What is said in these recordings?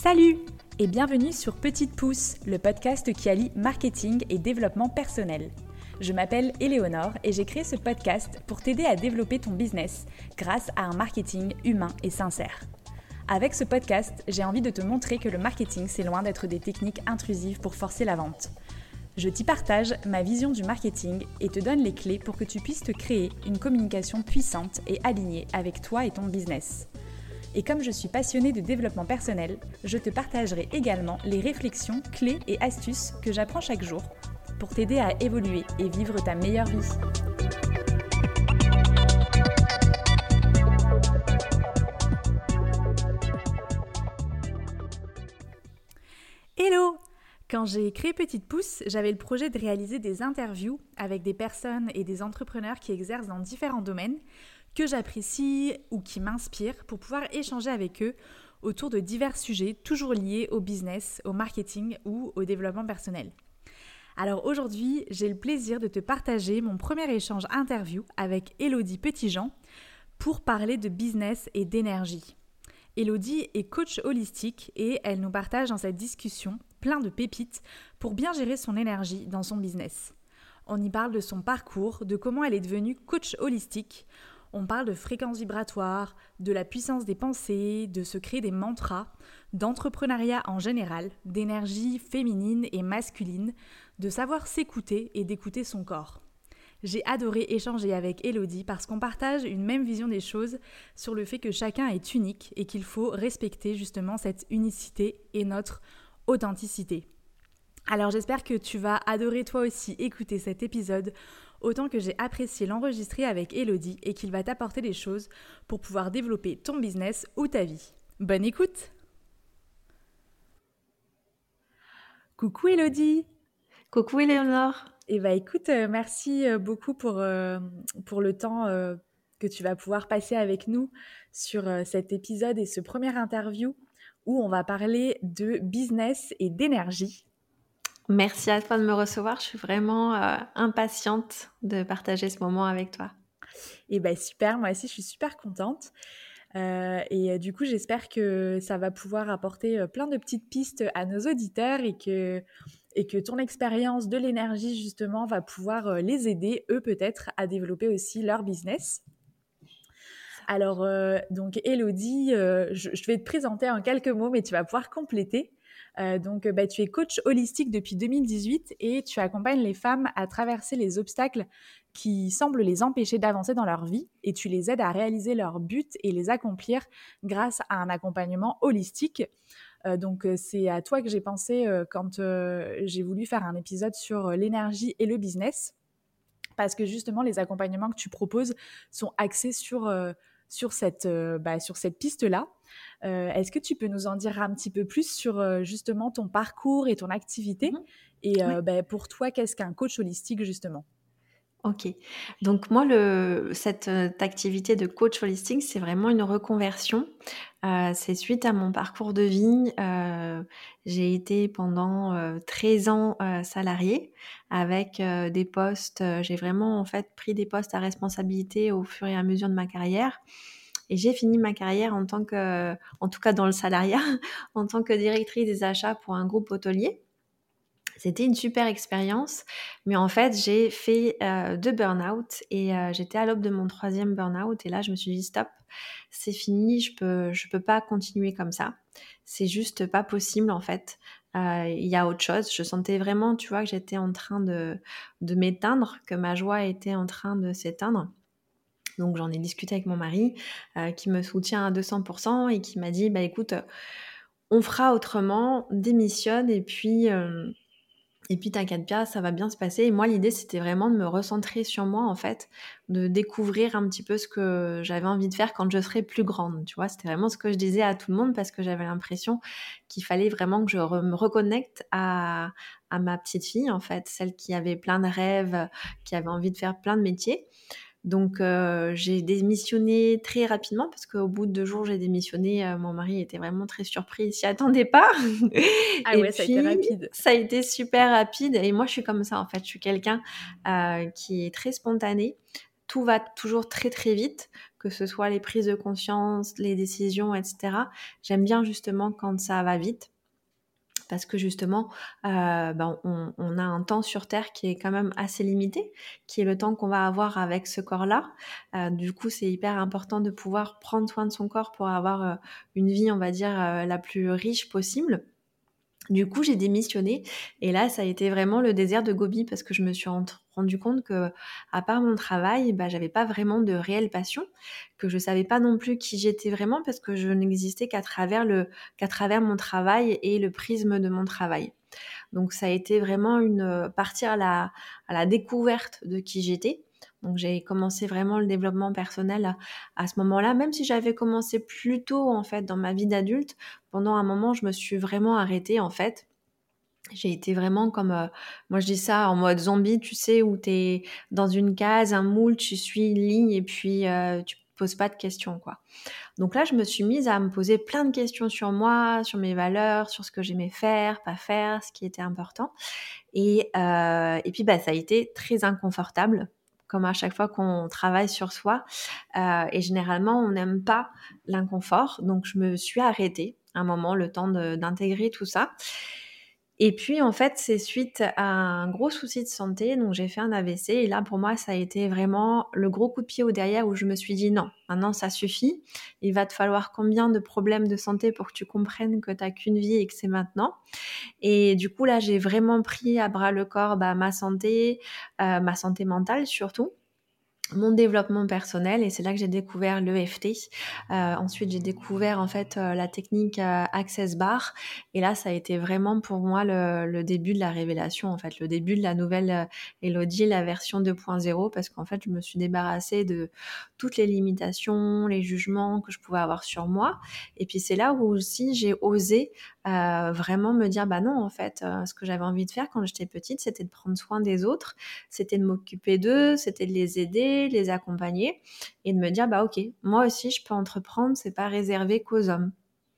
Salut et bienvenue sur Petite Pouce, le podcast qui allie marketing et développement personnel. Je m'appelle Éléonore et j'ai créé ce podcast pour t'aider à développer ton business grâce à un marketing humain et sincère. Avec ce podcast, j'ai envie de te montrer que le marketing, c'est loin d'être des techniques intrusives pour forcer la vente. Je t'y partage ma vision du marketing et te donne les clés pour que tu puisses te créer une communication puissante et alignée avec toi et ton business. Et comme je suis passionnée de développement personnel, je te partagerai également les réflexions, clés et astuces que j'apprends chaque jour pour t'aider à évoluer et vivre ta meilleure vie. Hello! Quand j'ai créé Petite Pouce, j'avais le projet de réaliser des interviews avec des personnes et des entrepreneurs qui exercent dans différents domaines que j'apprécie ou qui m'inspirent pour pouvoir échanger avec eux autour de divers sujets toujours liés au business, au marketing ou au développement personnel. Alors aujourd'hui, j'ai le plaisir de te partager mon premier échange interview avec Élodie Petitjean pour parler de business et d'énergie. Élodie est coach holistique et elle nous partage dans cette discussion plein de pépites pour bien gérer son énergie dans son business. On y parle de son parcours, de comment elle est devenue coach holistique. On parle de fréquences vibratoires, de la puissance des pensées, de se créer des mantras, d'entrepreneuriat en général, d'énergie féminine et masculine, de savoir s'écouter et d'écouter son corps. J'ai adoré échanger avec Élodie parce qu'on partage une même vision des choses sur le fait que chacun est unique et qu'il faut respecter justement cette unicité et notre authenticité. Alors j'espère que tu vas adorer toi aussi écouter cet épisode autant que j'ai apprécié l'enregistrer avec Élodie et qu'il va t'apporter des choses pour pouvoir développer ton business ou ta vie. Bonne écoute! Coucou Élodie! Coucou Éléonore. Écoute, merci beaucoup pour le temps que tu vas pouvoir passer avec nous sur cet épisode et ce premier interview où on va parler de business et d'énergie. Merci à toi de me recevoir. Je suis vraiment impatiente de partager ce moment avec toi. Super, moi aussi je suis super contente. Du coup, j'espère que ça va pouvoir apporter plein de petites pistes à nos auditeurs et que ton expérience de l'énergie, justement, va pouvoir les aider, eux peut-être, à développer aussi leur business. Alors, donc Élodie, je vais te présenter en quelques mots, mais tu vas pouvoir compléter. Tu es coach holistique depuis 2018 et tu accompagnes les femmes à traverser les obstacles qui semblent les empêcher d'avancer dans leur vie et tu les aides à réaliser leurs buts et les accomplir grâce à un accompagnement holistique. C'est à toi que j'ai pensé quand j'ai voulu faire un épisode sur l'énergie et le business parce que justement, les accompagnements que tu proposes sont axés sur cette piste-là. Est-ce que tu peux nous en dire un petit peu plus sur justement ton parcours et ton activité et Oui. Pour toi, qu'est-ce qu'un coach holistique justement? Ok. Donc moi, cette activité de coach holistique, c'est vraiment une reconversion. C'est suite à mon parcours de vie. J'ai été pendant 13 ans salariée avec des postes. J'ai vraiment en fait pris des postes à responsabilité au fur et à mesure de ma carrière. Et j'ai fini ma carrière en tout cas dans le salariat, en tant que directrice des achats pour un groupe hôtelier. C'était une super expérience, mais en fait, j'ai fait 2 burn-out et j'étais à l'aube de mon 3e burn-out et là, je me suis dit: «Stop, c'est fini, je peux pas continuer comme ça. C'est juste pas possible, en fait. Il y a autre chose». Je sentais vraiment, tu vois, que j'étais en train de m'éteindre, que ma joie était en train de s'éteindre. Donc j'en ai discuté avec mon mari, qui me soutient à 200 et qui m'a dit: «Bah, écoute, on fera autrement, démissionne et puis t'inquiète pas, ça va bien se passer». Et moi, l'idée, c'était vraiment de me recentrer sur moi, en fait, de découvrir un petit peu ce que j'avais envie de faire quand je serai plus grande, tu vois? C'était vraiment ce que je disais à tout le monde parce que j'avais l'impression qu'il fallait vraiment que je me reconnecte à ma petite fille, en fait, celle qui avait plein de rêves, qui avait envie de faire plein de métiers. Donc j'ai démissionné très rapidement parce qu'au bout de 2 jours, j'ai démissionné. Mon mari était vraiment très surpris, il s'y attendait pas. Ah Et ouais, ça a été puis rapide. ça a été super rapide et moi je suis comme ça en fait. Je suis quelqu'un qui est très spontanée. tout va toujours très très vite, que ce soit les prises de conscience, les décisions, etc. J'aime bien justement quand ça va vite parce que justement, on a un temps sur Terre qui est quand même assez limité, qui est le temps qu'on va avoir avec ce corps-là. Du coup, c'est hyper important de pouvoir prendre soin de son corps pour avoir une vie, on va dire, la plus riche possible. Du coup, j'ai démissionné et là, ça a été vraiment le désert de Gobi parce que je me suis rendu compte que, à part mon travail, j'avais pas vraiment de réelle passion, que je savais pas non plus qui j'étais vraiment parce que je n'existais qu'à travers mon travail et le prisme de mon travail. Donc ça a été vraiment partie à la découverte de qui j'étais. Donc j'ai commencé vraiment le développement personnel à ce moment-là, même si j'avais commencé plus tôt en fait dans ma vie d'adulte. Pendant un moment, je me suis vraiment arrêtée en fait. J'ai été vraiment comme, moi je dis ça en mode zombie, tu sais, où tu es dans une case, un moule, tu suis une ligne et puis tu poses pas de questions, quoi. Donc là, je me suis mise à me poser plein de questions sur moi, sur mes valeurs, sur ce que j'aimais faire, pas faire, ce qui était important. Et puis, ça a été très inconfortable, comme à chaque fois qu'on travaille sur soi. Et généralement, on n'aime pas l'inconfort. Donc, je me suis arrêtée un moment, le temps d'intégrer tout ça. Et puis, en fait, c'est suite à un gros souci de santé, donc j'ai fait un AVC. Et là, pour moi, ça a été vraiment le gros coup de pied au derrière où je me suis dit non, maintenant ça suffit. Il va te falloir combien de problèmes de santé pour que tu comprennes que t'as qu'une vie et que c'est maintenant. Et du coup, là, j'ai vraiment pris à bras le corps ma santé mentale surtout, mon développement personnel, et c'est là que j'ai découvert l'EFT. Ensuite, j'ai découvert en fait la technique Access Bar, et là, ça a été vraiment pour moi le début de la révélation, en fait, le début de la nouvelle Elodie, la version 2.0, parce qu'en fait, je me suis débarrassée de toutes les limitations, les jugements que je pouvais avoir sur moi. Et puis c'est là où aussi j'ai osé vraiment me dire bah non, en fait, ce que j'avais envie de faire quand j'étais petite, c'était de prendre soin des autres, c'était de m'occuper d'eux, c'était de les aider, les accompagner, et de me dire bah ok, moi aussi je peux entreprendre, c'est pas réservé qu'aux hommes.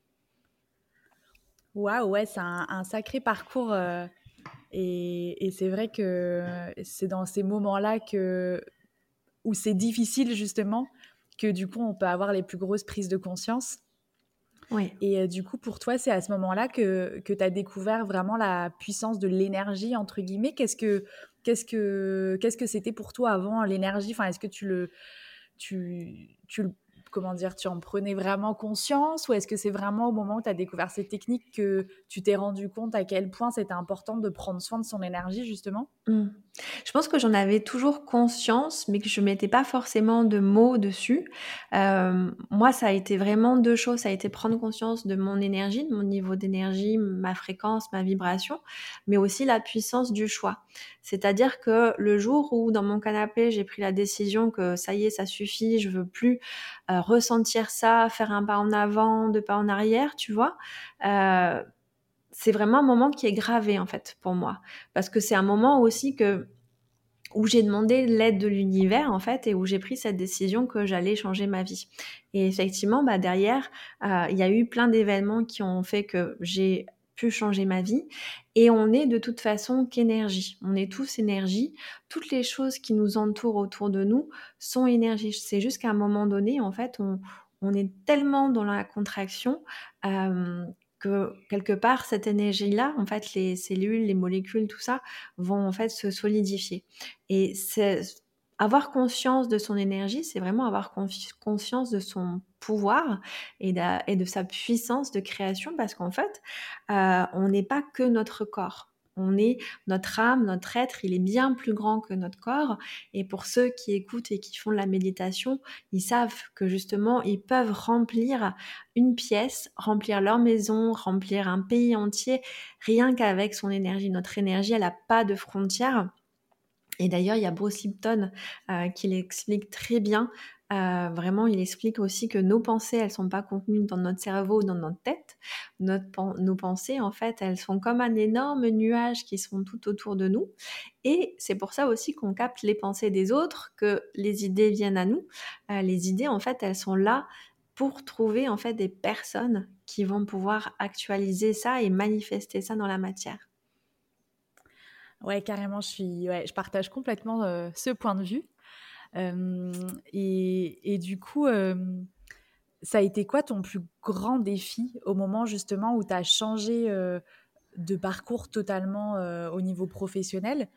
Waouh, ouais, c'est un sacré parcours. Et c'est vrai que c'est dans ces moments-là où c'est difficile, justement, que du coup, on peut avoir les plus grosses prises de conscience. Oui. Et du coup, pour toi, c'est à ce moment-là que tu as découvert vraiment la puissance de l'énergie, entre guillemets. Qu'est-ce que c'était pour toi avant l'énergie? Enfin, est-ce que tu comment dire, tu en prenais vraiment conscience, ou est-ce que c'est vraiment au moment où tu as découvert ces techniques que tu t'es rendu compte à quel point c'était important de prendre soin de son énergie, justement? Mmh. Je pense que j'en avais toujours conscience, mais que je mettais pas forcément de mots dessus. Moi, ça a été vraiment 2 choses. Ça a été prendre conscience de mon énergie, de mon niveau d'énergie, ma fréquence, ma vibration, mais aussi la puissance du choix. C'est-à-dire que le jour où, dans mon canapé, j'ai pris la décision que ça y est, ça suffit, je veux plus, ressentir ça, faire un pas en avant, 2 pas en arrière, tu vois? Heu c'est vraiment un moment qui est gravé en fait pour moi, parce que c'est un moment aussi où j'ai demandé l'aide de l'univers en fait, et où j'ai pris cette décision que j'allais changer ma vie. Et effectivement, derrière, il y a eu plein d'événements qui ont fait que j'ai pu changer ma vie, et on est de toute façon qu'énergie. On est tous énergie. Toutes les choses qui nous entourent autour de nous sont énergie. C'est juste qu'à un moment donné, en fait, on est tellement dans la contraction, que quelque part, cette énergie-là, en fait, les cellules, les molécules, tout ça, vont en fait se solidifier. Et avoir conscience de son énergie, c'est vraiment avoir conscience de son pouvoir et de sa puissance de création, parce qu'en fait, on n'est pas que notre corps. On est notre âme, notre être, il est bien plus grand que notre corps. Et pour ceux qui écoutent et qui font de la méditation, ils savent que justement, ils peuvent remplir une pièce, remplir leur maison, remplir un pays entier, rien qu'avec son énergie. Notre énergie, elle n'a pas de frontières. Et d'ailleurs, il y a Bruce Lipton qui l'explique très bien. Vraiment, il explique aussi que nos pensées, elles sont pas contenues dans notre cerveau ou dans notre tête. Nos pensées, en fait, elles sont comme un énorme nuage qui sont tout autour de nous. Et c'est pour ça aussi qu'on capte les pensées des autres, que les idées viennent à nous. Les idées, en fait, elles sont là pour trouver en fait des personnes qui vont pouvoir actualiser ça et manifester ça dans la matière. Ouais, carrément, ouais, je partage complètement ce point de vue. Hem et du coup, ça a été quoi ton plus grand défi au moment justement où tu as changé, de parcours totalement, au niveau professionnel?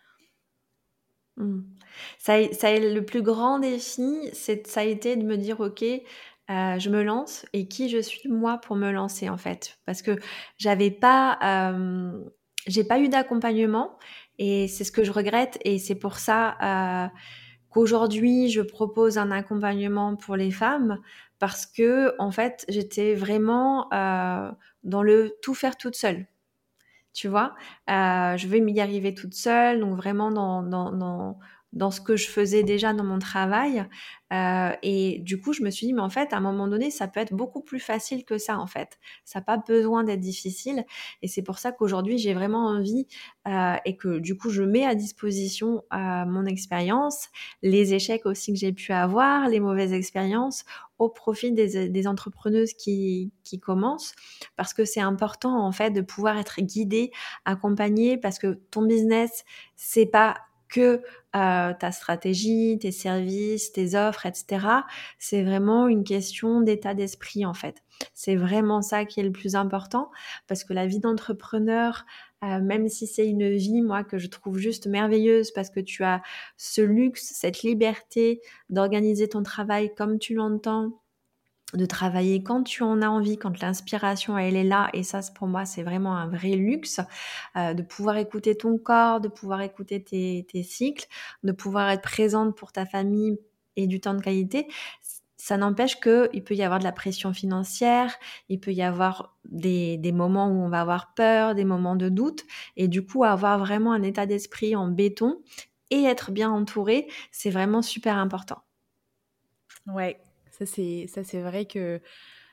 Mmh. Ça a le plus grand défi, ça a été de me dire: «OK, je me lance et qui je suis moi pour me lancer?» en fait. Parce que j'avais pas, j'ai pas eu d'accompagnement et c'est ce que je regrette et c'est pour ça, qu'aujourd'hui je propose un accompagnement pour les femmes parce qu'en fait, j'étais vraiment, dans le tout faire toute seule. Tu vois? Je vais m'y arriver toute seule, donc vraiment dans ce que je faisais déjà dans mon travail, et du coup, je me suis dit: «Mais en fait, à un moment donné, ça peut être beaucoup plus facile que ça, en fait. Ça a pas besoin d'être difficile» et c'est pour ça qu'aujourd'hui, j'ai vraiment envie, et que du coup, je mets à disposition, mon expérience, les échecs aussi que j'ai pu avoir, les mauvaises expériences, au profit des entrepreneuses qui commencent parce que c'est important en fait de pouvoir être guidé, accompagné parce que ton business, c'est pas que ta stratégie, tes services, tes offres, etc. C'est vraiment une question d'état d'esprit en fait. C'est vraiment ça qui est le plus important parce que la vie d'entrepreneur, même si c'est une vie, moi, que je trouve juste merveilleuse parce que tu as ce luxe, cette liberté d'organiser ton travail comme tu l'entends, de travailler quand tu en as envie, quand l'inspiration elle est là et ça pour moi c'est vraiment un vrai luxe, de pouvoir écouter ton corps, de pouvoir écouter tes cycles, de pouvoir être présente pour ta famille et du temps de qualité. Ça n'empêche qu'il peut y avoir de la pression financière, il peut y avoir des moments où on va avoir peur, des moments de doute et du coup avoir vraiment un état d'esprit en béton et être bien entouré, c'est vraiment super important. Ouais, ça c'est vrai que,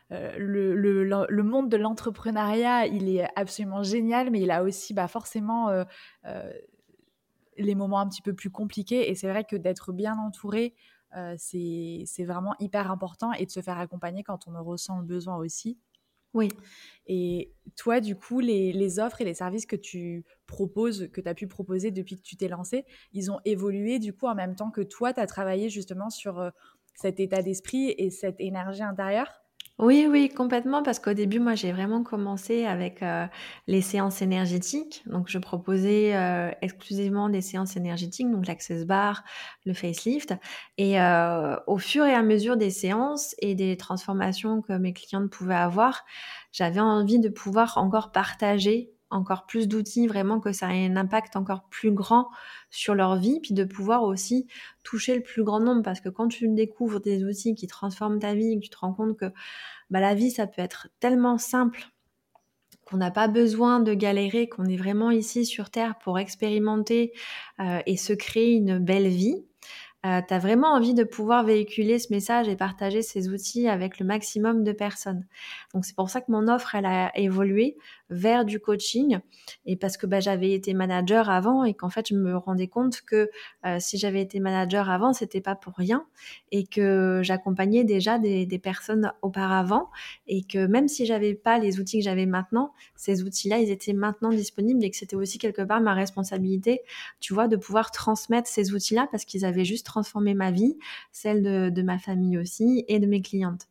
le monde de l'entrepreneuriat, il est absolument génial, mais il a aussi, bah, forcément, heu, les moments un petit peu plus compliqués et c'est vrai que d'être bien entouré, c'est vraiment hyper important et de se faire accompagner quand on en ressent le besoin aussi. Oui. Et toi, du coup, les offres et les services que tu proposes, que tu as pu proposer depuis que tu t'es lancé, ils ont évolué du coup en même temps que toi, tu as travaillé justement sur, cet état d'esprit et cette énergie intérieure? Oui, oui, complètement, parce qu'au début, moi, j'ai vraiment commencé avec, les séances énergétiques. Donc je proposais, exclusivement des séances énergétiques, donc l'Access Bar, le facelift et au fur et à mesure des séances et des transformations que mes clientes pouvaient avoir, j'avais envie de pouvoir encore partager encore plus d'outils, vraiment que ça ait un impact encore plus grand sur leur vie, puis de pouvoir aussi toucher le plus grand nombre. Parce que quand tu découvres des outils qui transforment ta vie et que tu te rends compte que bah, la vie, ça peut être tellement simple qu'on n'a pas besoin de galérer, qu'on est vraiment ici sur Terre pour expérimenter et se créer une belle vie. Tu as vraiment envie de pouvoir véhiculer ce message et partager ces outils avec le maximum de personnes. Donc c'est pour ça que mon offre, elle a évolué vers du coaching et parce que bah, j'avais été manager avant et qu'en fait je me rendais compte que si j'avais été manager avant, c'était pas pour rien et que j'accompagnais déjà des personnes auparavant et que même si j'avais pas les outils que j'avais maintenant, ces outils-là, ils étaient maintenant disponibles et que c'était aussi quelque part ma responsabilité, tu vois, de pouvoir transmettre ces outils-là parce qu'ils avaient juste transformé ma vie, celle de ma famille aussi et de mes clientes.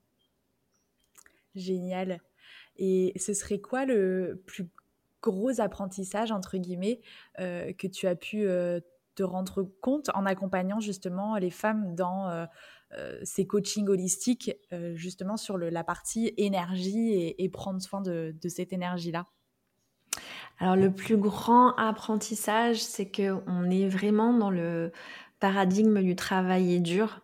Génial. Et ce serait quoi le plus gros apprentissage, entre guillemets, que tu as pu, te rendre compte en accompagnant justement les femmes dans, ces coachings holistiques, justement sur la partie énergie et prendre soin de cette énergie-là? Alors le plus grand apprentissage, c'est qu'on est vraiment dans le paradigme du travail dur.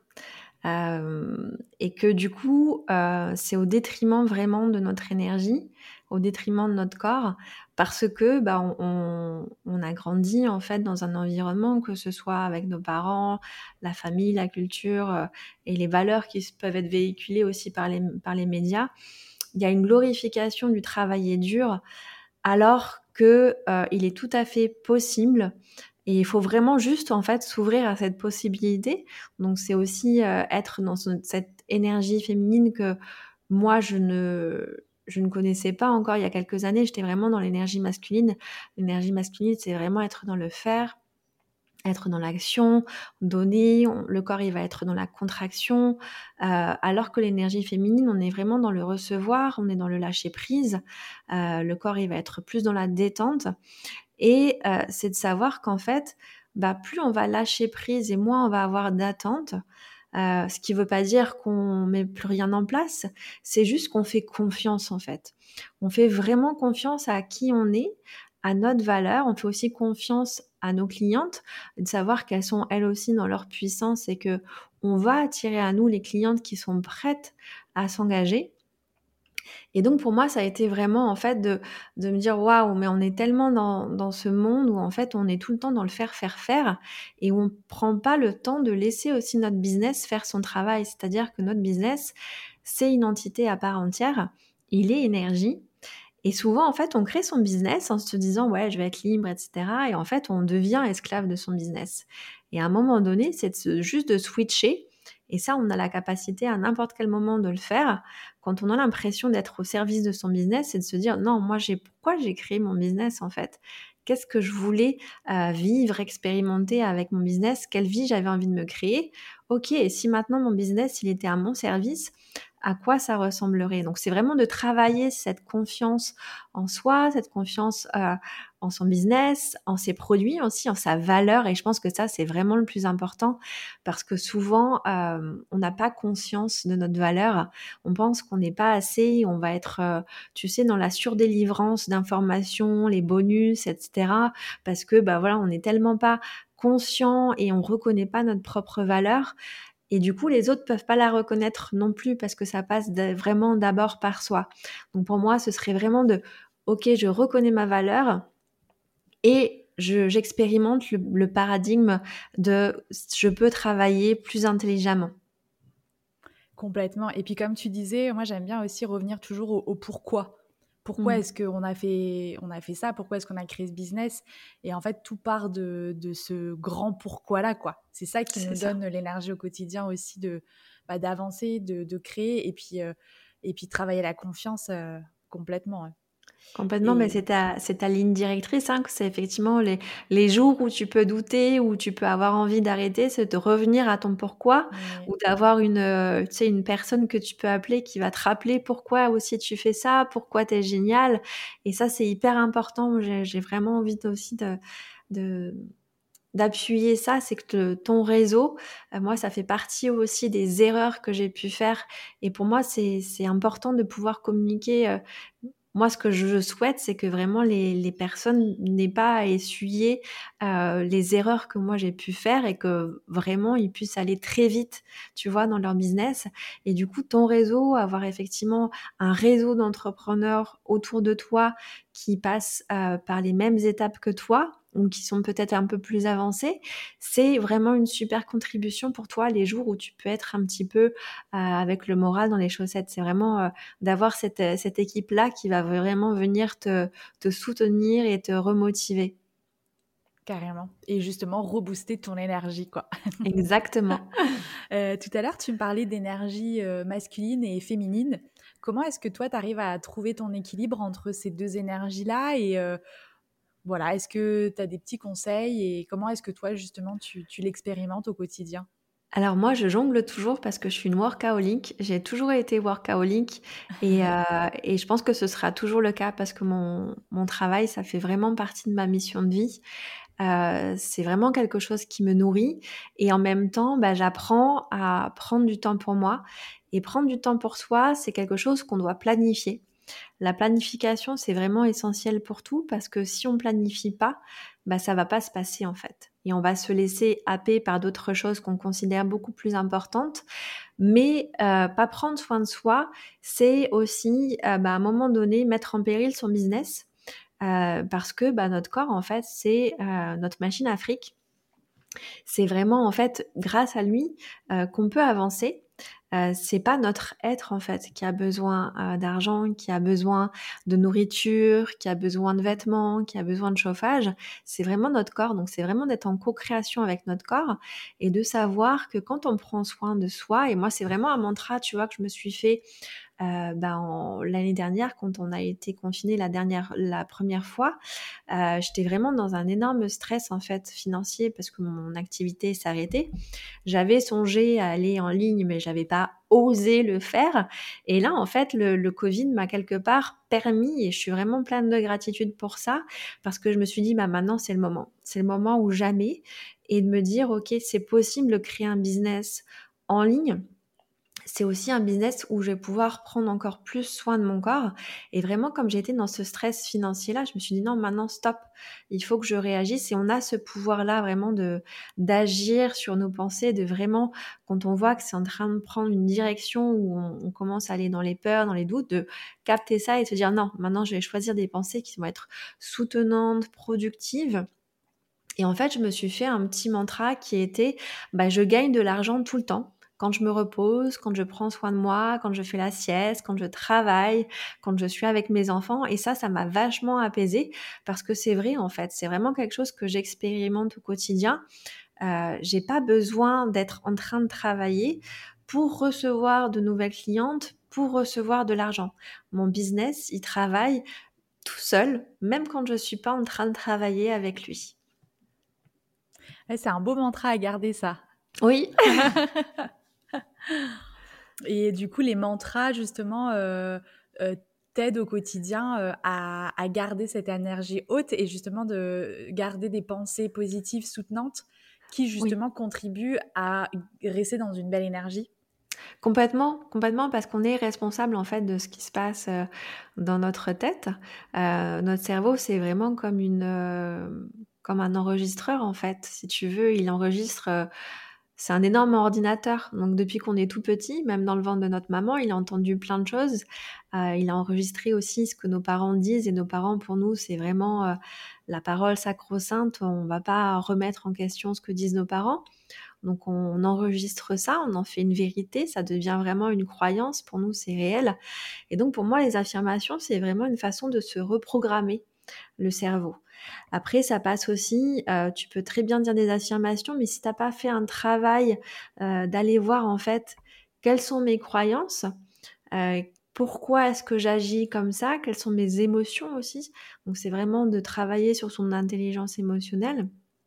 Et que du coup, c'est au détriment vraiment de notre énergie, au détriment de notre corps, parce que, bah, on a grandi en fait dans un environnement, que ce soit avec nos parents, la famille, la culture, et les valeurs qui peuvent être véhiculées aussi par les médias. Il y a une glorification du travail dur, alors que, il est tout à fait possible et il faut vraiment juste, en fait, s'ouvrir à cette possibilité. Donc c'est aussi, être dans cette énergie féminine que moi je ne connaissais pas encore il y a quelques années. J'étais vraiment dans l'énergie masculine. L'énergie masculine, c'est vraiment être dans le faire, être dans l'action, donner, le corps il va être dans la contraction, alors que l'énergie féminine, on est vraiment dans le recevoir, on est dans le lâcher prise, le corps il va être plus dans la détente et c'est de savoir qu'en fait, bah, plus on va lâcher prise et moins on va avoir d'attente, ce qui veut pas dire qu'on met plus rien en place, c'est juste qu'on fait confiance en fait. On fait vraiment confiance à qui on est, à notre valeur. On fait aussi confiance à nos clientes, de savoir qu'elles sont elles aussi dans leur puissance et que on va attirer à nous les clientes qui sont prêtes à s'engager. Et donc pour moi, ça a été vraiment en fait de me dire waouh, mais on est tellement dans ce monde où en fait on est tout le temps dans le faire, faire, faire et on prend pas le temps de laisser aussi notre business faire son travail. C'est-à-dire que notre business, c'est une entité à part entière. Il est énergie. Et souvent, en fait, on crée son business en se disant ouais, je vais être libre, etc. Et en fait, on devient esclave de son business. Et à un moment donné, c'est juste de switcher. Et ça, on a la capacité à n'importe quel moment de le faire. Quand on a l'impression d'être au service de son business, c'est de se dire non, moi, pourquoi j'ai créé mon business en fait? Qu'est-ce que je voulais vivre, expérimenter avec mon business? Quelle vie j'avais envie de me créer? Ok, et si maintenant mon business, il était à mon service, à quoi ça ressemblerait? Donc, c'est vraiment de travailler cette confiance en soi, cette confiance en son business, en ses produits aussi, en sa valeur. Et je pense que ça, c'est vraiment le plus important parce que souvent, on n'a pas conscience de notre valeur. On pense qu'on n'est pas assez, on va être, tu sais, dans la surdélivrance d'informations, les bonus, etc. Parce que, bah voilà, on n'est tellement pas conscient et on reconnaît pas notre propre valeur. Et du coup, les autres peuvent pas la reconnaître non plus parce que ça passe vraiment d'abord par soi. Donc pour moi, ce serait vraiment ok, je reconnais ma valeur et j'expérimente le paradigme de je peux travailler plus intelligemment. Complètement. Et puis comme tu disais, moi j'aime bien aussi revenir toujours au pourquoi. Pourquoi Mm. est-ce on a fait ça? Pourquoi est-ce qu'on a créé ce business? Et en fait, tout part de ce grand pourquoi-là, quoi. C'est ça qui C'est nous ça. donne l'énergie au quotidien aussi d'avancer, de créer et puis travailler la confiance complètement. Ouais. Complètement, mais Et c'est ta ligne directrice, hein, que c'est effectivement les jours où tu peux douter, où tu peux avoir envie d'arrêter, c'est de revenir à ton pourquoi, ouais. ou d'avoir tu sais, une personne que tu peux appeler qui va te rappeler pourquoi aussi tu fais ça, pourquoi t'es génial. Et ça, c'est hyper important. J'ai vraiment envie aussi de d'appuyer ça, c'est que ton réseau, moi, ça fait partie aussi des erreurs que j'ai pu faire. Et pour moi, c'est important de pouvoir communiquer. Moi, ce que je souhaite, c'est que vraiment les personnes n'aient pas à essuyer les erreurs que moi j'ai pu faire et que vraiment ils puissent aller très vite, tu vois, dans leur business. Et du coup, ton réseau, avoir effectivement un réseau d'entrepreneurs autour de toi qui passent par les mêmes étapes que toi ou qui sont peut-être un peu plus avancés, c'est vraiment une super contribution pour toi les jours où tu peux être un petit peu avec le moral dans les chaussettes. C'est vraiment d'avoir cette équipe-là qui va vraiment venir te soutenir et te remotiver. Carrément. Et justement, rebooster ton énergie, quoi. Exactement. Tout à l'heure, tu me parlais d'énergie masculine et féminine. Comment est-ce que toi, tu arrives à trouver ton équilibre entre ces deux énergies-là et voilà, est-ce que tu as des petits conseils et comment est-ce que toi, justement, tu l'expérimentes au quotidien? Alors moi, je jongle toujours parce que je suis une workaholic. J'ai toujours été workaholic et je pense que ce sera toujours le cas parce que mon travail, ça fait vraiment partie de ma mission de vie. C'est vraiment quelque chose qui me nourrit et en même temps, bah, j'apprends à prendre du temps pour moi et prendre du temps pour soi, c'est quelque chose qu'on doit planifier. La planification, c'est vraiment essentiel pour tout parce que si on planifie pas, bah, ça va pas se passer en fait. Et on va se laisser happer par d'autres choses qu'on considère beaucoup plus importantes. Mais pas prendre soin de soi, c'est aussi bah, à un moment donné mettre en péril son business parce que bah, notre corps en fait c'est notre machine à fric. C'est vraiment en fait grâce à lui qu'on peut avancer. C'est pas notre être en fait qui a besoin d'argent, qui a besoin de nourriture, qui a besoin de vêtements, qui a besoin de chauffage. C'est vraiment notre corps. Donc c'est vraiment d'être en co-création avec notre corps et de savoir que quand on prend soin de soi, et moi c'est vraiment un mantra, tu vois, que je me suis fait l'année dernière, quand on a été confinés la première fois, j'étais vraiment dans un énorme stress en fait financier parce que mon activité s'arrêtait. J'avais songé à aller en ligne, mais j'avais pas osé le faire. Et là, en fait, le Covid m'a quelque part permis, et je suis vraiment pleine de gratitude pour ça, parce que je me suis dit, bah maintenant c'est le moment. C'est le moment ou jamais. Et de me dire, ok, c'est possible de créer un business en ligne. C'est aussi un business où je vais pouvoir prendre encore plus soin de mon corps. Et vraiment, comme j'étais dans ce stress financier-là, je me suis dit non, maintenant stop. Il faut que je réagisse. Et on a ce pouvoir-là vraiment d'agir sur nos pensées, de vraiment, quand on voit que c'est en train de prendre une direction où on commence à aller dans les peurs, dans les doutes, de capter ça et de se dire non, maintenant je vais choisir des pensées qui vont être soutenantes, productives. Et en fait, je me suis fait un petit mantra qui était, bah, je gagne de l'argent tout le temps. Quand je me repose, quand je prends soin de moi, quand je fais la sieste, quand je travaille, quand je suis avec mes enfants. Et ça m'a vachement apaisée parce que c'est vrai, en fait. C'est vraiment quelque chose que j'expérimente au quotidien. J'ai pas besoin d'être en train de travailler pour recevoir de nouvelles clientes, pour recevoir de l'argent. Mon business, il travaille tout seul, même quand je suis pas en train de travailler avec lui. Ouais, c'est un beau mantra à garder, ça. Oui. Et du coup, les mantras, justement, t'aident au quotidien à garder cette énergie haute et justement de garder des pensées positives, soutenantes, qui Oui, justement contribuent à rester dans une belle énergie. complètement, complètement, parce qu'on est responsable en fait de ce qui se passe dans notre tête. Notre cerveau, c'est vraiment comme un enregistreur en fait. Si tu veux, il enregistre. C'est un énorme ordinateur. Donc depuis qu'on est tout petit, même dans le ventre de notre maman, il a entendu plein de choses. Il a enregistré aussi ce que nos parents disent. Et nos parents, pour nous, c'est vraiment la parole sacro-sainte. On va pas remettre en question ce que disent nos parents. Donc on enregistre ça, on en fait une vérité, ça devient vraiment une croyance, pour nous c'est réel. Et donc pour moi les affirmations c'est vraiment une façon de se reprogrammer le cerveau. Après ça passe aussi, tu peux très bien dire des affirmations, mais si t'as pas fait un travail d'aller voir en fait quelles sont mes croyances, pourquoi est-ce que j'agis comme ça, quelles sont mes émotions aussi. Donc c'est vraiment de travailler sur son intelligence émotionnelle.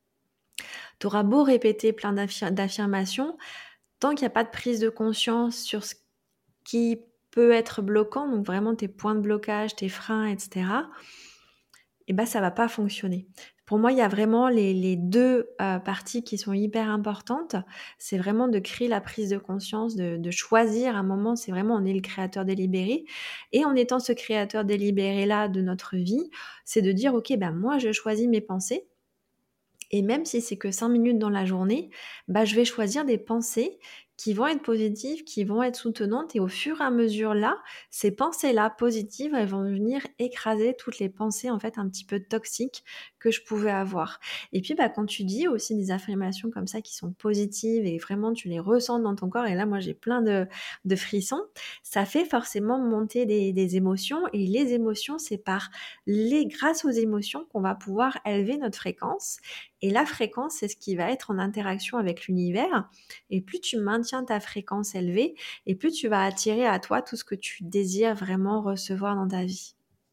Tu auras beau répéter plein d'affirmations, tant qu'il n'y a pas de prise de conscience sur ce qui peut être bloquant, donc vraiment tes points de blocage, tes freins, etc., et ben ça va pas fonctionner. Pour moi, il y a vraiment les deux parties qui sont hyper importantes. C'est vraiment de créer la prise de conscience, de choisir un moment. C'est vraiment on est le créateur délibéré. Et en étant ce créateur délibéré-là de notre vie, c'est de dire, OK, ben moi, je choisis mes pensées. Et même si c'est que 5 minutes dans la journée, bah, je vais choisir des pensées qui vont être positives, qui vont être soutenantes et au fur et à mesure là, ces pensées-là positives, elles vont venir écraser toutes les pensées en fait un petit peu toxiques que je pouvais avoir. Et puis bah, quand tu dis aussi des affirmations comme ça qui sont positives et vraiment tu les ressens dans ton corps, et là moi j'ai plein de frissons, ça fait forcément monter des émotions et les émotions c'est grâce aux émotions qu'on va pouvoir élever notre fréquence et la fréquence, c'est ce qui va être en interaction avec l'univers. Et plus tu maintiens ta fréquence élevée, et plus tu vas attirer à toi tout ce que tu désires vraiment recevoir dans ta vie.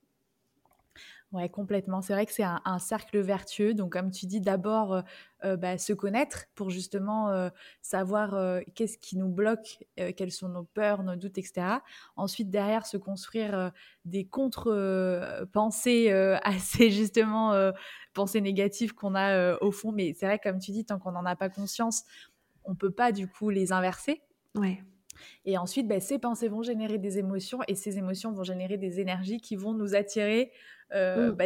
Ouais, complètement. C'est vrai que c'est un cercle vertueux. Donc, comme tu dis, d'abord, bah, se connaître pour justement savoir qu'est-ce qui nous bloque, quelles sont nos peurs, nos doutes, etc. Ensuite, derrière, se construire des contre-pensées assez justement, pensées négatives qu'on a au fond. Mais c'est vrai, comme tu dis, tant qu'on n'en a pas conscience, on peut pas du coup les inverser. Ouais. Et ensuite, bah, ces pensées vont générer des émotions et ces émotions vont générer des énergies qui vont nous attirer Mm. bah,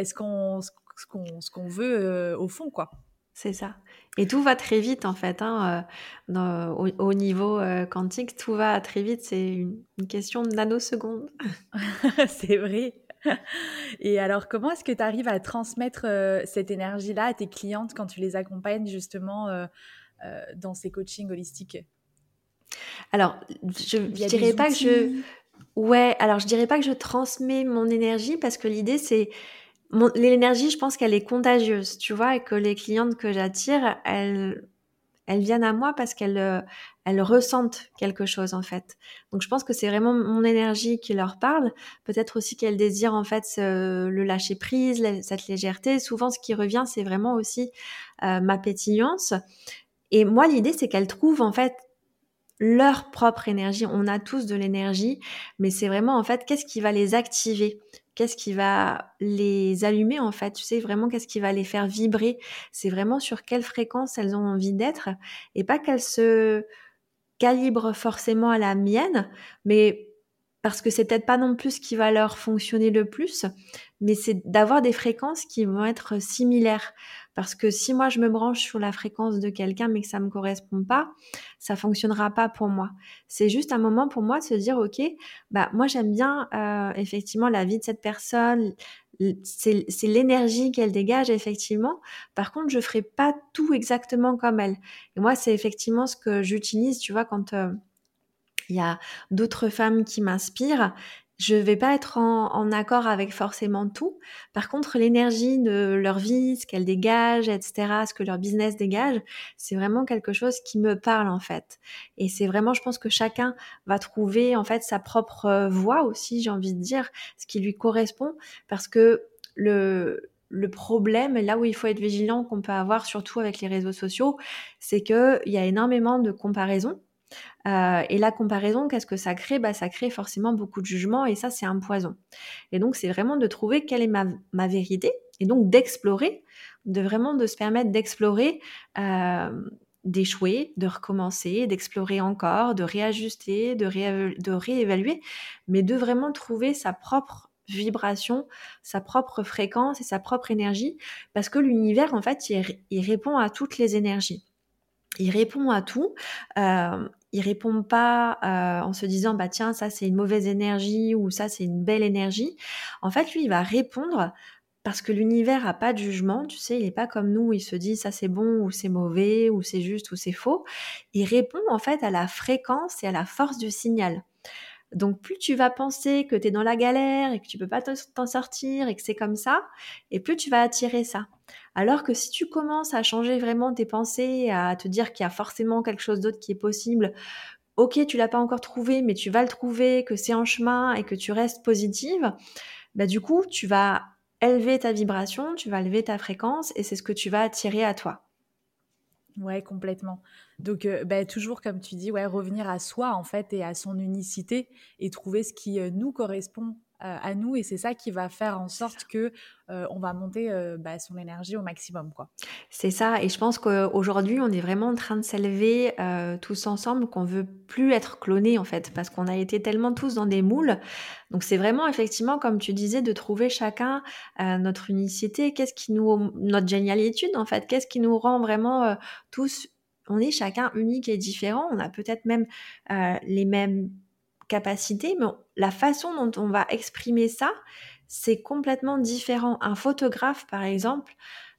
ce qu'on veut au fond, quoi. C'est ça. Et tout va très vite en fait. Hein, au niveau quantique, tout va très vite. C'est une question de nanosecondes. C'est vrai. Et alors, comment est-ce que tu arrives à transmettre cette énergie-là à tes clientes quand tu les accompagnes justement dans ces coachings holistiques? Alors, je via des dirais pas que je outils? ouais, alors je dirais pas que je transmets mon énergie parce que l'idée c'est l'énergie, je pense qu'elle est contagieuse, tu vois? Et que les clientes que j'attire, elles viennent à moi parce elles ressentent quelque chose, en fait. Donc je pense que c'est vraiment mon énergie qui leur parle. Peut-être aussi qu'elles désirent, en fait, le lâcher prise, cette légèreté. Souvent, ce qui revient, c'est vraiment aussi, ma pétillance et moi, l'idée, c'est qu'elles trouvent, en fait, leur propre énergie. On a tous de l'énergie, mais c'est vraiment en fait qu'est-ce qui va les activer? Qu'est-ce qui va les allumer en fait? Tu sais vraiment qu'est-ce qui va les faire vibrer? C'est vraiment sur quelle fréquence elles ont envie d'être et pas qu'elles se calibrent forcément à la mienne, mais parce que c'est peut-être pas non plus ce qui va leur fonctionner le plus, mais c'est d'avoir des fréquences qui vont être similaires. Parce que si moi je me branche sur la fréquence de quelqu'un mais que ça me correspond pas, ça fonctionnera pas pour moi. C'est juste un moment pour moi de se dire OK, bah moi j'aime bien effectivement la vie de cette personne, c'est l'énergie qu'elle dégage effectivement. Par contre, je ferai pas tout exactement comme elle. Et moi c'est effectivement ce que j'utilise, tu vois quand il y a d'autres femmes qui m'inspirent. Je vais pas être en accord avec forcément tout. Par contre, l'énergie de leur vie, ce qu'elles dégagent, etc., ce que leur business dégage, c'est vraiment quelque chose qui me parle en fait. Et c'est vraiment, je pense que chacun va trouver en fait sa propre voie aussi, j'ai envie de dire, ce qui lui correspond, parce que le problème, et là où il faut être vigilant, qu'on peut avoir surtout avec les réseaux sociaux, c'est qu'il y a énormément de comparaisons et la comparaison, qu'est-ce que ça crée? Bah, ça crée forcément beaucoup de jugements et ça, c'est un poison. Et donc, c'est vraiment de trouver quelle est ma vérité et donc d'explorer, de vraiment de se permettre d'explorer, d'échouer, de recommencer, d'explorer encore, de réajuster, de réévaluer, mais de vraiment trouver sa propre vibration, sa propre fréquence et sa propre énergie parce que l'univers, en fait, il répond à toutes les énergies. Il répond à tout. Il répond pas, en se disant: «Bah, tiens, ça, c'est une mauvaise énergie» ou «Ça, c'est une belle énergie». En fait, lui, il va répondre parce que l'univers a pas de jugement, tu sais? Il est pas comme nous, il se dit: «Ça, c'est bon» ou «C'est mauvais» ou «C'est juste» ou «C'est faux». Il répond, en fait, à la fréquence et à la force du signal. Donc plus tu vas penser que tu es dans la galère et que tu peux pas t'en sortir et que c'est comme ça, et plus tu vas attirer ça. Alors que si tu commences à changer vraiment tes pensées, à te dire qu'il y a forcément quelque chose d'autre qui est possible, OK, tu l'as pas encore trouvé, mais tu vas le trouver, que c'est en chemin et que tu restes positive, bah du coup, tu vas élever ta vibration, tu vas élever ta fréquence et c'est ce que tu vas attirer à toi. Ouais, complètement. Donc, bah, toujours comme tu dis, ouais, revenir à soi en fait et à son unicité et trouver ce qui nous correspond à nous et c'est ça qui va faire en C'est ça. sorte que on va monter bah, son énergie au maximum, quoi. C'est ça et je pense qu'aujourd'hui, on est vraiment en train de s'élever, tous ensemble, qu'on veut plus être clonés, en fait, parce qu'on a été tellement tous dans des moules. Donc c'est vraiment effectivement, comme tu disais, de trouver chacun, notre unicité. Qu'est-ce qui nous notre génialitude, en fait, qu'est-ce qui nous rend vraiment, tous on est chacun unique et différent. On a peut-être même, les mêmes capacités, mais la façon dont on va exprimer ça, c'est complètement différent. Un photographe, par exemple,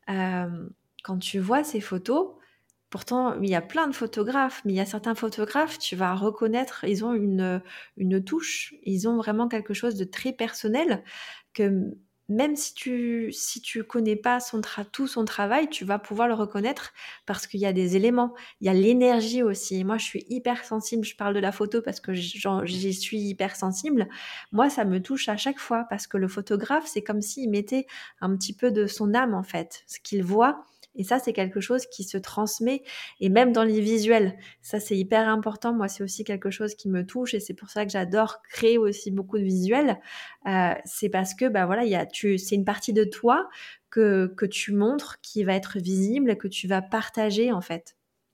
hem quand tu vois ces photos, pourtant il y a plein de photographes, mais il y a certains photographes, tu vas reconnaître, ils ont une touche, ils ont vraiment quelque chose de très personnel que même si tu connais pas tout son travail, tu vas pouvoir le reconnaître parce qu'il y a des éléments. Il y a l'énergie aussi. Moi, je suis hyper sensible, je parle de la photo parce que j'y suis hyper sensible. Moi, ça me touche à chaque fois parce que le photographe, c'est comme s'il mettait un petit peu de son âme en fait, ce qu'il voit et ça, c'est quelque chose qui se transmet et même dans les visuels. Ça, c'est hyper important. Moi, c'est aussi quelque chose qui me touche et c'est pour ça que j'adore créer aussi beaucoup de visuels. C'est parce que, bah, voilà, c'est une partie de toi que tu montres, qui va être visible, que tu vas partager, en fait.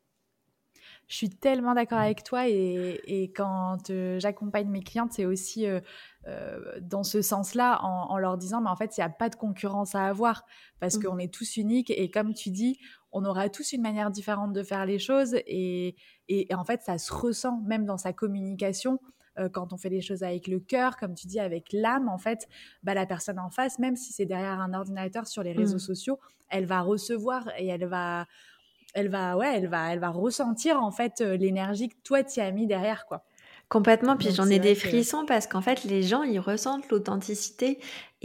Je suis tellement d'accord avec toi et quand j'accompagne mes clientes, c'est aussi dans ce sens-là, en leur disant, mais en fait, il n'y a pas de concurrence à avoir parce Mmh. qu'on est tous uniques et comme tu dis, on aura tous une manière différente de faire les choses et en fait, ça se ressent même dans sa communication. Quand on fait les choses avec le cœur, comme tu dis, avec l'âme, en fait, bah, la personne en face, même si c'est derrière un ordinateur sur les réseaux Mmh. sociaux, elle va recevoir et elle va ressentir en fait l'énergie que toi tu as mis derrière, quoi. Complètement, puis Donc j'en c'est ai vrai des que frissons parce qu'en fait, les gens, ils ressentent l'authenticité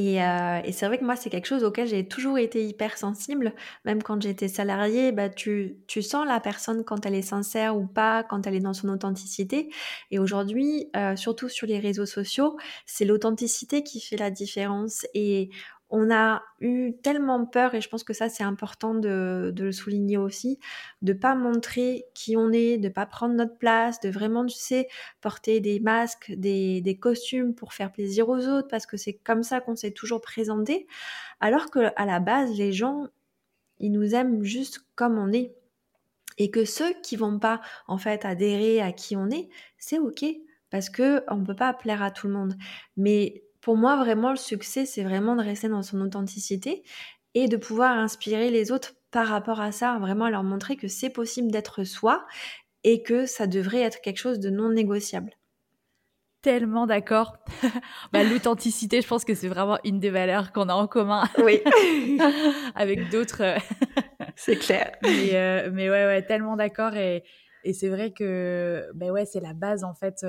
et c'est vrai que moi, c'est quelque chose auquel j'ai toujours été hypersensible. Même quand j'étais salariée, bah, tu sens la personne quand elle est sincère ou pas, quand elle est dans son authenticité et aujourd'hui, surtout sur les réseaux sociaux, c'est l'authenticité qui fait la différence et on a eu tellement peur et je pense que ça, c'est important de le souligner aussi, de pas montrer qui on est, de pas prendre notre place, de vraiment, tu sais, porter des masques, des costumes pour faire plaisir aux autres parce que c'est comme ça qu'on s'est toujours présenté. Alors que à la base, les gens, ils nous aiment juste comme on est. Et que ceux qui vont pas en fait adhérer à qui on est, c'est ok parce que on peut pas plaire à tout le monde. Mais pour moi, vraiment, le succès, c'est vraiment de rester dans son authenticité et de pouvoir inspirer les autres par rapport à ça, vraiment leur montrer que c'est possible d'être soi et que ça devrait être quelque chose de non négociable. tellement d'accord. Bah, l'authenticité, je pense que c'est vraiment une des valeurs qu'on a en commun Oui, avec d'autres. c'est clair. Mais ouais, tellement d'accord. Et c'est vrai que ben ouais, c'est la base en fait,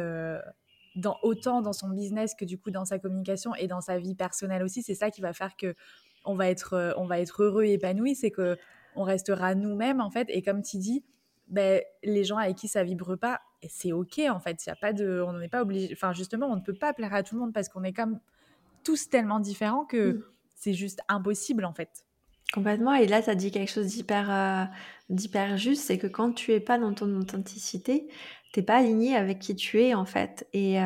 autant dans son business que du coup dans sa communication et dans sa vie personnelle aussi. C'est ça qui va faire que on va être heureux et épanoui. C'est que on restera nous-mêmes en fait. Et comme tu dis, ben, les gens avec qui ça vibre pas, c'est ok en fait. Y a pas de, on n'est pas obligé. Enfin justement, on ne peut pas plaire à tout le monde parce qu'on est comme tous tellement différents que Mm. c'est juste impossible en fait. Complètement. Et là, tu as dit quelque chose d'hyper juste, c'est que quand tu es pas dans ton authenticité, t'es pas aligné avec qui tu es en fait.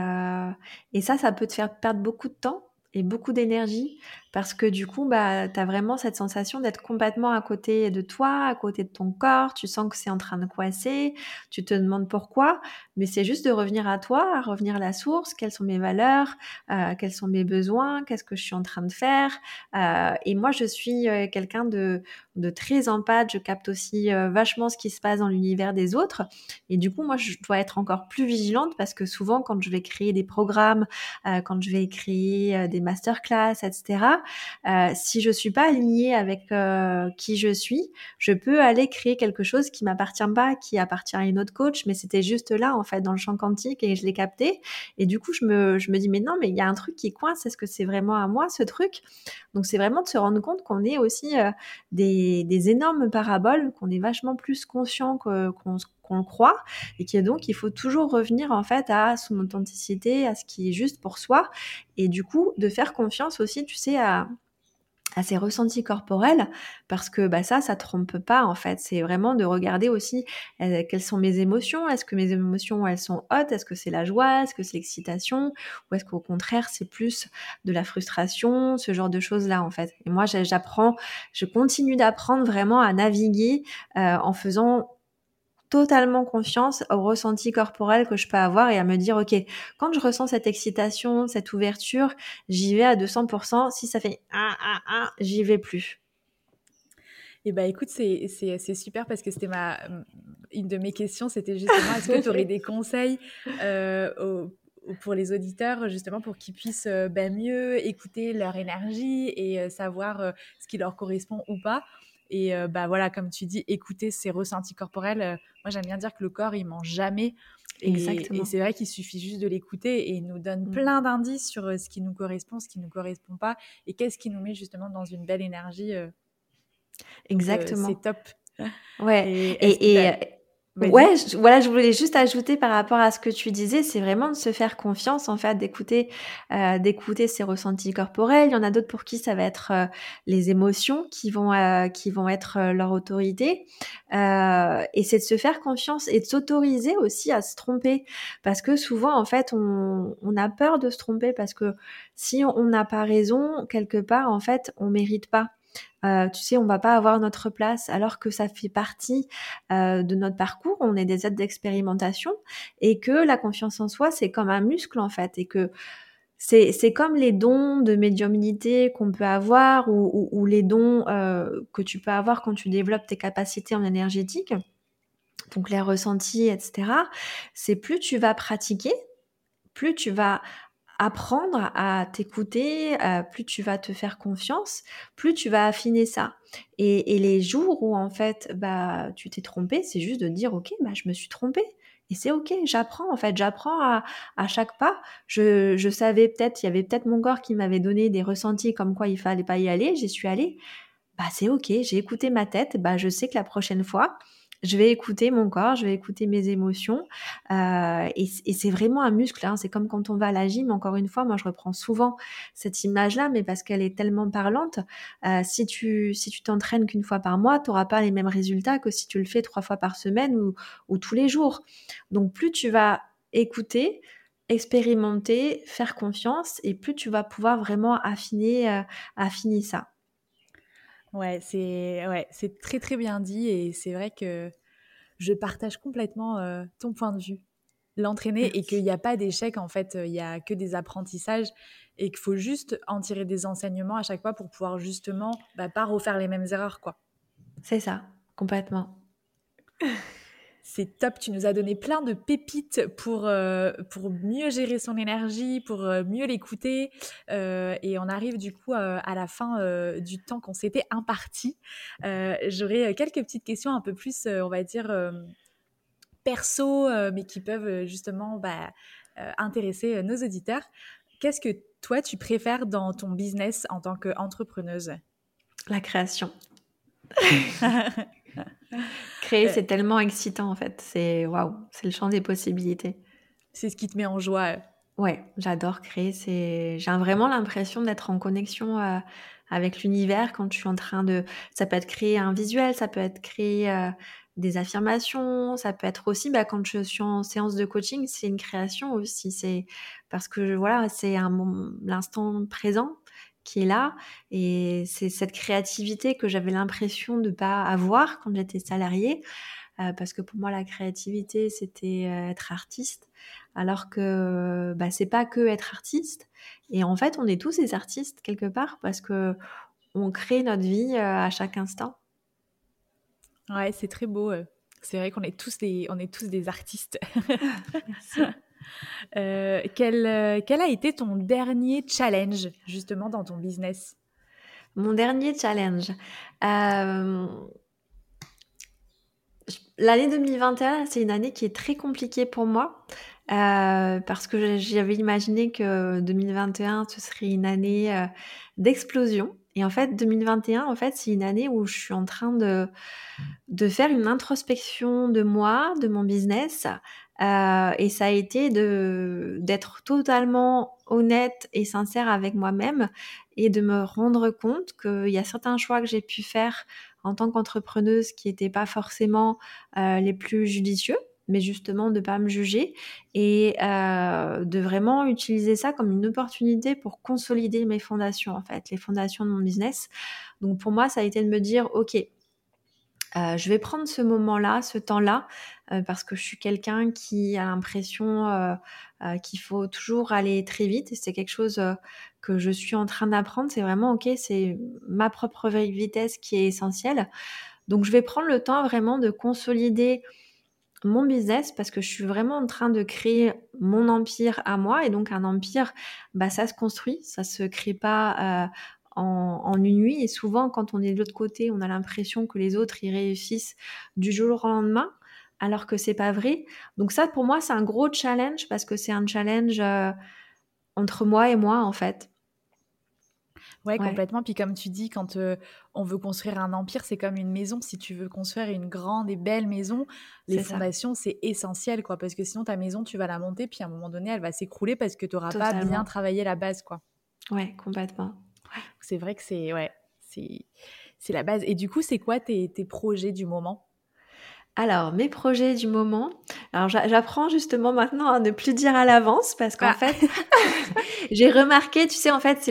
Et ça peut te faire perdre beaucoup de temps et beaucoup d'énergie parce que du coup, bah, tu as vraiment cette sensation d'être complètement à côté de toi, à côté de ton corps. Tu sens que c'est en train de coincer. Tu te demandes pourquoi, mais c'est juste de revenir à toi, à revenir à la source. Quelles sont mes valeurs? Quels sont mes besoins? Qu'est-ce que je suis en train de faire? Et moi, je suis quelqu'un de très empathe. Je capte aussi vachement ce qui se passe dans l'univers des autres. Et du coup, moi, je dois être encore plus vigilante parce que souvent, quand je vais créer des programmes, quand je vais créer des masterclass, etc., si je suis pas alignée avec qui je peux aller créer quelque chose qui m'appartient pas, qui appartient à une autre coach, mais c'était juste là, en fait, dans le champ quantique et je l'ai capté. Et du coup, je me dis, mais non, mais il y a un truc qui coince. Est-ce que c'est vraiment à moi, ce truc? Donc, c'est vraiment de se rendre compte qu'on est aussi des énormes paraboles, qu'on est vachement plus conscient qu'on le croit, et que donc il faut toujours revenir en fait à son authenticité, à ce qui est juste pour soi, et du coup de faire confiance aussi, tu sais, à ses ressentis corporels parce que bah ça trompe pas en fait. C'est vraiment de regarder aussi quelles sont mes émotions. Est-ce que mes émotions elles sont hautes? Est-ce que c'est la joie? Est-ce que c'est l'excitation? Ou est-ce qu'au contraire c'est plus de la frustration? Ce genre de choses là en fait. Et moi je continue d'apprendre vraiment à naviguer en faisant totalement confiance au ressenti corporel que je peux avoir et à me dire, OK, quand je ressens cette excitation, cette ouverture, j'y vais à 200%. Si ça fait j'y vais plus. Et bah écoute, c'est super parce que c'était une de mes questions, c'était justement est-ce que tu aurais des conseils pour les auditeurs, justement pour qu'ils puissent mieux écouter leur énergie et savoir ce qui leur correspond ou pas. Et bah voilà, comme tu dis, écouter ses ressentis corporels. Moi, j'aime bien dire que le corps, il ment jamais. Et Exactement. c'est vrai qu'il suffit juste de l'écouter et il nous donne Mm. plein d'indices sur ce qui nous correspond, ce qui nous correspond pas et qu'est-ce qui nous met justement dans une belle énergie. Donc, c'est Exactement. top. Ouais. Et est-ce que tu Et, as... et Vas-y. ouais, voilà, je voulais juste ajouter par rapport à ce que tu disais, c'est vraiment de se faire confiance, en fait, d'écouter ses ressentis corporels. Il y en a d'autres pour qui ça va être les émotions qui vont être leur autorité. Et c'est de se faire confiance et de s'autoriser aussi à se tromper. Parce que souvent, en fait, on a peur de se tromper parce que si on n'a pas raison, quelque part, en fait, on mérite pas. Tu sais, on va pas avoir notre place alors que ça fait partie de notre parcours. On est des aides d'expérimentation et que la confiance en soi, c'est comme un muscle en fait et que c'est comme les dons de médiumnité qu'on peut avoir ou les dons que tu peux avoir quand tu développes tes capacités en énergétique, donc les ressentis, etc. C'est plus tu vas pratiquer, plus tu vas apprendre à t'écouter, plus tu vas te faire confiance, plus tu vas affiner ça. Et les jours où en fait, bah, tu t'es trompé, c'est juste de dire ok, bah, je me suis trompée. Et c'est ok, j'apprends en fait, j'apprends à chaque pas. Je savais peut-être, il y avait peut-être mon corps qui m'avait donné des ressentis comme quoi il fallait pas y aller, j'y suis allée. Bah, c'est ok, j'ai écouté ma tête, bah, je sais que la prochaine fois, je vais écouter mon corps, je vais écouter mes émotions. Et c'est vraiment un muscle, hein. C'est comme quand on va à la gym, encore une fois, moi je reprends souvent cette image-là, mais parce qu'elle est tellement parlante. Si tu t'entraînes qu'une fois par mois, tu n'auras pas les mêmes résultats que si tu le fais 3 fois par semaine ou tous les jours. Donc plus tu vas écouter, expérimenter, faire confiance, et plus tu vas pouvoir vraiment affiner ça. Ouais, c'est très très bien dit et c'est vrai que je partage complètement ton point de vue. L'entraîner et qu'il Merci. n'y a pas d'échec en fait, il y a que des apprentissages et qu'il faut juste en tirer des enseignements à chaque fois pour pouvoir justement pas refaire les mêmes erreurs quoi. C'est ça, complètement. C'est top, tu nous as donné plein de pépites pour mieux gérer son énergie, pour mieux l'écouter. Et on arrive du coup à la fin du temps qu'on s'était imparti. J'aurais quelques petites questions un peu plus, on va dire, perso, mais qui peuvent justement intéresser nos auditeurs. Qu'est-ce que toi, tu préfères dans ton business en tant qu'entrepreneuse? La création. Créer, Euh, c'est tellement excitant en fait. C'est waouh, c'est le champ des possibilités. c'est ce qui te met en joie. Ouais, j'adore créer. J'ai vraiment l'impression d'être en connexion avec l'univers quand je suis en train de. Ça peut être créer un visuel, ça peut être créer des affirmations, ça peut être aussi quand je suis en séance de coaching, c'est une création aussi. C'est parce que voilà, c'est l'instant présent qui est là, et c'est cette créativité que j'avais l'impression de pas avoir quand j'étais salariée. Parce que pour moi, la créativité, c'était être artiste, alors que c'est pas que être artiste. Et en fait, on est tous des artistes quelque part parce que on crée notre vie à chaque instant. Ouais, c'est très beau. C'est vrai qu'on est tous des artistes. Merci. Quel a été ton dernier challenge justement dans ton business? Mon dernier challenge. Euh, L'année 2021, c'est une année qui est très compliquée pour moi. Parce que j'avais imaginé que 2021, ce serait une année d'explosion. Et en fait, 2021, en fait, c'est une année où je suis en train de faire une introspection de moi, de mon business. Et ça a été d'être totalement honnête et sincère avec moi-même, et de me rendre compte qu'il y a certains choix que j'ai pu faire en tant qu'entrepreneuse qui n'étaient pas forcément les plus judicieux, mais justement de ne pas me juger, et de vraiment utiliser ça comme une opportunité pour consolider mes fondations, en fait, les fondations de mon business. Donc pour moi, ça a été de me dire, ok, je vais prendre ce moment-là, ce temps-là, parce que je suis quelqu'un qui a l'impression qu'il faut toujours aller très vite, et c'est quelque chose que je suis en train d'apprendre. C'est vraiment ok, c'est ma propre vitesse qui est essentielle. Donc je vais prendre le temps vraiment de consolider mon business, parce que je suis vraiment en train de créer mon empire à moi. Et donc un empire, ça se construit, ça se crée pas en une nuit. Et souvent, quand on est de l'autre côté, on a l'impression que les autres y réussissent du jour au lendemain, alors que c'est pas vrai. Donc ça, pour moi, c'est un gros challenge, parce que c'est un challenge entre moi et moi, en fait. Ouais, Ouais, complètement. Puis comme tu dis, quand on veut construire un empire, c'est comme une maison. Si tu veux construire une grande et belle maison, les c'est ça, fondations, c'est essentiel, quoi. Parce que sinon, ta maison, tu vas la monter, puis à un moment donné, elle va s'écrouler parce que tu n'auras pas bien totalement. travaillé la base, quoi. Ouais, complètement. C'est vrai que c'est la base. Et du coup, c'est quoi tes projets du moment? Alors, mes projets du moment. Alors, j'apprends justement maintenant à ne plus dire à l'avance, parce qu'en Ah, fait, j'ai remarqué, tu sais, en fait,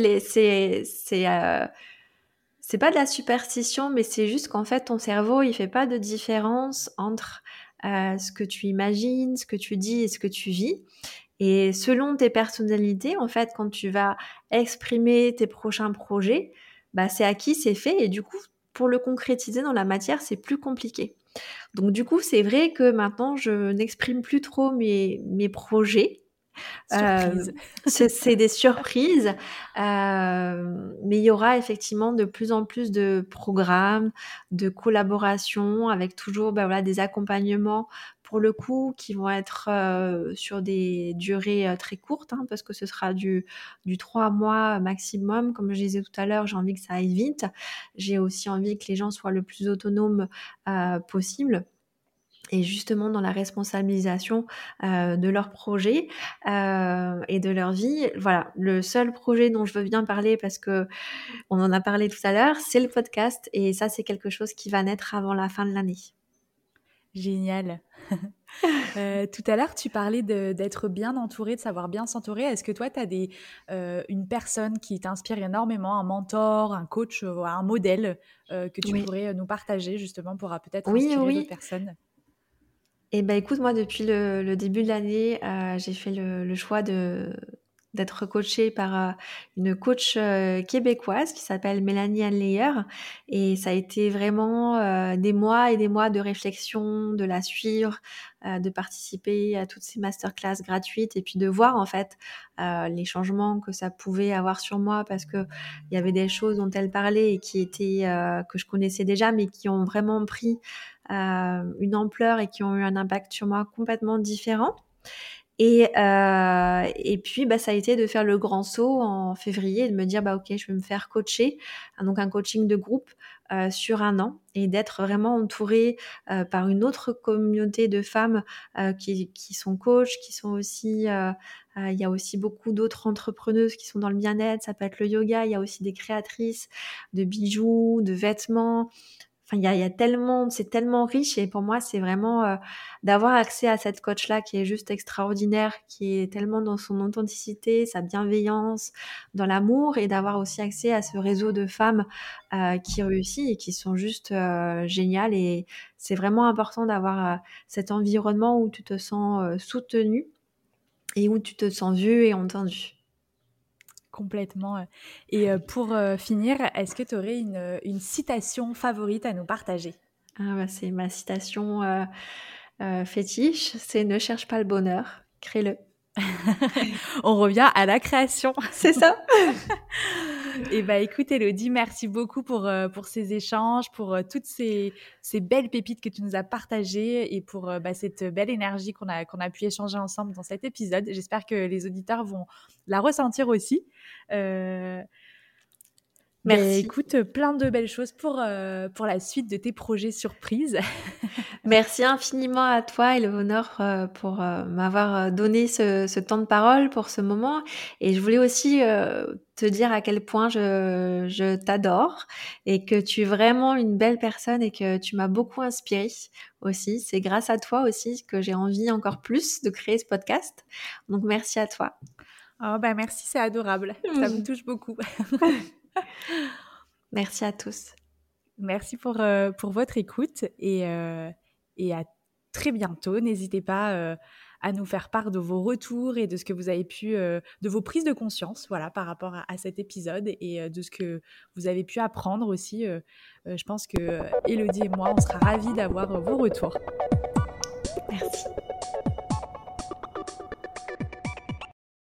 c'est pas de la superstition, mais c'est juste qu'en fait, ton cerveau, il fait pas de différence entre ce que tu imagines, ce que tu dis et ce que tu vis. Et selon tes personnalités, en fait, quand tu vas exprimer tes prochains projets, c'est acquis, c'est fait. Et du coup, pour le concrétiser dans la matière, c'est plus compliqué. Donc du coup, c'est vrai que maintenant, je n'exprime plus trop mes projets. Surprise. C'est des surprises, mais il y aura effectivement de plus en plus de programmes, de collaborations avec toujours, voilà, des accompagnements pour le coup qui vont être, sur des durées, très courtes, hein, parce que ce sera du 3 mois maximum. Comme je disais tout à l'heure, j'ai envie que ça aille vite. J'ai aussi envie que les gens soient le plus autonomes, possible et justement dans la responsabilisation, de leurs projets, et de leur vie. Voilà, le seul projet dont je veux bien parler parce qu'on en a parlé tout à l'heure, c'est le podcast et ça, c'est quelque chose qui va naître avant la fin de l'année. Génial. Tout à l'heure, tu parlais d'être bien entouré, de savoir bien s'entourer. Est-ce que toi, tu as une personne qui t'inspire énormément, un mentor, un coach, un modèle que tu Oui. pourrais nous partager justement pour peut-être Oui, inspirer d'autres oui. personnes? Et ben écoute, moi, depuis le début de l'année, j'ai fait le choix d'être coachée par, une coach, québécoise qui s'appelle Mélanie Anne-Leyer et ça a été vraiment, des mois et des mois de réflexion, de la suivre, de participer à toutes ces masterclass gratuites et puis de voir, en fait, les changements que ça pouvait avoir sur moi parce qu'il y avait des choses dont elle parlait et qui étaient, que je connaissais déjà mais qui ont vraiment pris, une ampleur et qui ont eu un impact sur moi complètement différent. Et puis, ça a été de faire le grand saut en février et de me dire: «OK, je vais me faire coacher», donc un coaching de groupe, sur 1 an et d'être vraiment entourée, par une autre communauté de femmes, qui sont coachs, qui sont aussi, il y a aussi beaucoup d'autres entrepreneuses qui sont dans le bien-être, ça peut être le yoga, il y a aussi des créatrices de bijoux, de vêtements. Enfin, il y a tellement c'est tellement riche et pour moi, c'est vraiment, d'avoir accès à cette coach-là qui est juste extraordinaire, qui est tellement dans son authenticité, sa bienveillance, dans l'amour et d'avoir aussi accès à ce réseau de femmes, qui réussit et qui sont juste, géniales et c'est vraiment important d'avoir, cet environnement où tu te sens, soutenue et où tu te sens vue et entendue. Complètement. Et pour finir, est-ce que tu aurais une citation favorite à nous partager? C'est ma citation, fétiche, c'est: «Ne cherche pas le bonheur, crée-le». On revient à la création. C'est ça. Et écoute Élodie, merci beaucoup pour ces échanges, pour toutes ces belles pépites que tu nous as partagées et pour cette belle énergie qu'on a pu échanger ensemble dans cet épisode. J'espère que les auditeurs vont la ressentir aussi. Merci. Écoute, plein de belles choses pour la suite de tes projets surprises. Merci infiniment à toi, Éléonore, pour, m'avoir, donné ce temps de parole, pour ce moment et je voulais aussi, te dire à quel point je t'adore et que tu es vraiment une belle personne et que tu m'as beaucoup inspirée aussi. C'est grâce à toi aussi que j'ai envie encore plus de créer ce podcast, donc merci à toi. Oh merci, c'est adorable. Ça me touche beaucoup. Merci à tous. Merci pour votre écoute et à très bientôt. N'hésitez pas à nous faire part de vos retours et de ce que vous avez pu, de vos prises de conscience, voilà, par rapport à cet épisode et de ce que vous avez pu apprendre aussi. Je pense que Élodie et moi, on sera ravis d'avoir vos retours. Merci.